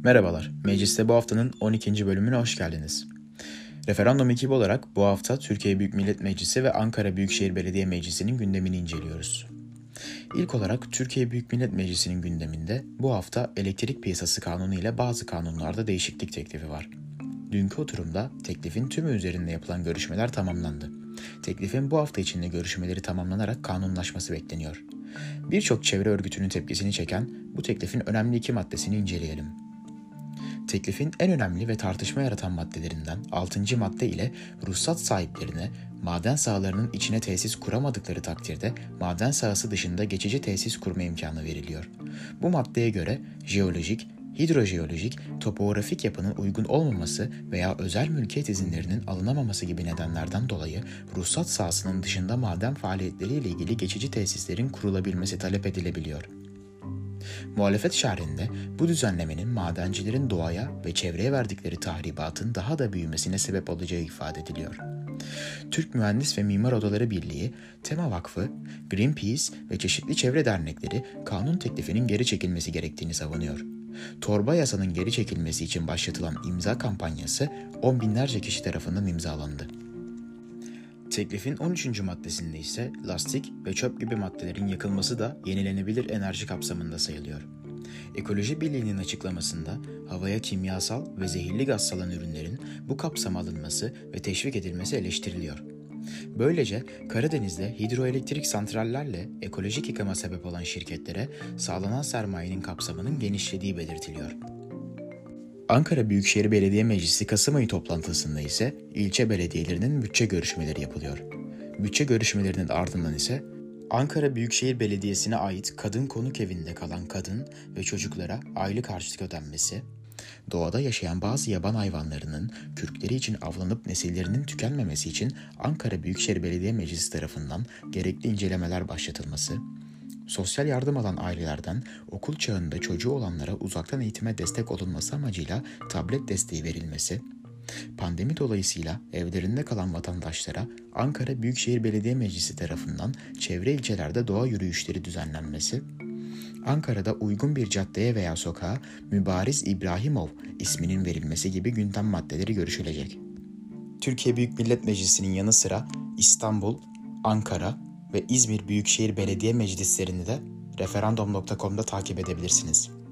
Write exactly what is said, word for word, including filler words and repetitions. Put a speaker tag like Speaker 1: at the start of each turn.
Speaker 1: Merhabalar, mecliste bu haftanın on ikinci bölümüne hoş geldiniz. Referandum ekibi olarak bu hafta Türkiye Büyük Millet Meclisi ve Ankara Büyükşehir Belediye Meclisi'nin gündemini inceliyoruz. İlk olarak Türkiye Büyük Millet Meclisi'nin gündeminde bu hafta elektrik piyasası kanunu ile bazı kanunlarda değişiklik teklifi var. Dünkü oturumda teklifin tümü üzerinde yapılan görüşmeler tamamlandı. Teklifin bu hafta içinde görüşmeleri tamamlanarak kanunlaşması bekleniyor. Birçok çevre örgütünün tepkisini çeken bu teklifin önemli iki maddesini inceleyelim. Teklifin en önemli ve tartışma yaratan maddelerinden altıncı madde ile ruhsat sahiplerine maden sahalarının içine tesis kuramadıkları takdirde maden sahası dışında geçici tesis kurma imkanı veriliyor. Bu maddeye göre jeolojik, hidrojeolojik, topografik yapının uygun olmaması veya özel mülkiyet izinlerinin alınamaması gibi nedenlerden dolayı ruhsat sahasının dışında maden faaliyetleriyle ilgili geçici tesislerin kurulabilmesi talep edilebiliyor. Muhalefet şerhinde bu düzenlemenin madencilerin doğaya ve çevreye verdikleri tahribatın daha da büyümesine sebep olacağı ifade ediliyor. Türk Mühendis ve Mimar Odaları Birliği, Tema Vakfı, Greenpeace ve çeşitli çevre dernekleri kanun teklifinin geri çekilmesi gerektiğini savunuyor. Torba yasanın geri çekilmesi için başlatılan imza kampanyası on binlerce kişi tarafından imzalandı. Teklifin on üçüncü maddesinde ise lastik ve çöp gibi maddelerin yakılması da yenilenebilir enerji kapsamında sayılıyor. Ekoloji Birliği'nin açıklamasında havaya kimyasal ve zehirli gaz salan ürünlerin bu kapsama alınması ve teşvik edilmesi eleştiriliyor. Böylece Karadeniz'de hidroelektrik santrallerle ekolojik yıkama sebep olan şirketlere sağlanan sermayenin kapsamının genişlediği belirtiliyor. Ankara Büyükşehir Belediye Meclisi Kasım ayı toplantısında ise ilçe belediyelerinin bütçe görüşmeleri yapılıyor. Bütçe görüşmelerinin ardından ise Ankara Büyükşehir Belediyesi'ne ait kadın konuk evinde kalan kadın ve çocuklara aylık harçlık ödenmesi, doğada yaşayan bazı yaban hayvanlarının kürkleri için avlanıp nesillerinin tükenmemesi için Ankara Büyükşehir Belediye Meclisi tarafından gerekli incelemeler başlatılması, sosyal yardım alan ailelerden okul çağında çocuğu olanlara uzaktan eğitime destek olunması amacıyla tablet desteği verilmesi, pandemi dolayısıyla evlerinde kalan vatandaşlara Ankara Büyükşehir Belediye Meclisi tarafından çevre ilçelerde doğa yürüyüşleri düzenlenmesi, Ankara'da uygun bir caddeye veya sokağa Mübariz İbrahimov isminin verilmesi gibi gündem maddeleri görüşülecek. Türkiye Büyük Millet Meclisi'nin yanı sıra İstanbul, Ankara ve İzmir Büyükşehir Belediye Meclislerini de referandum nokta com'da takip edebilirsiniz.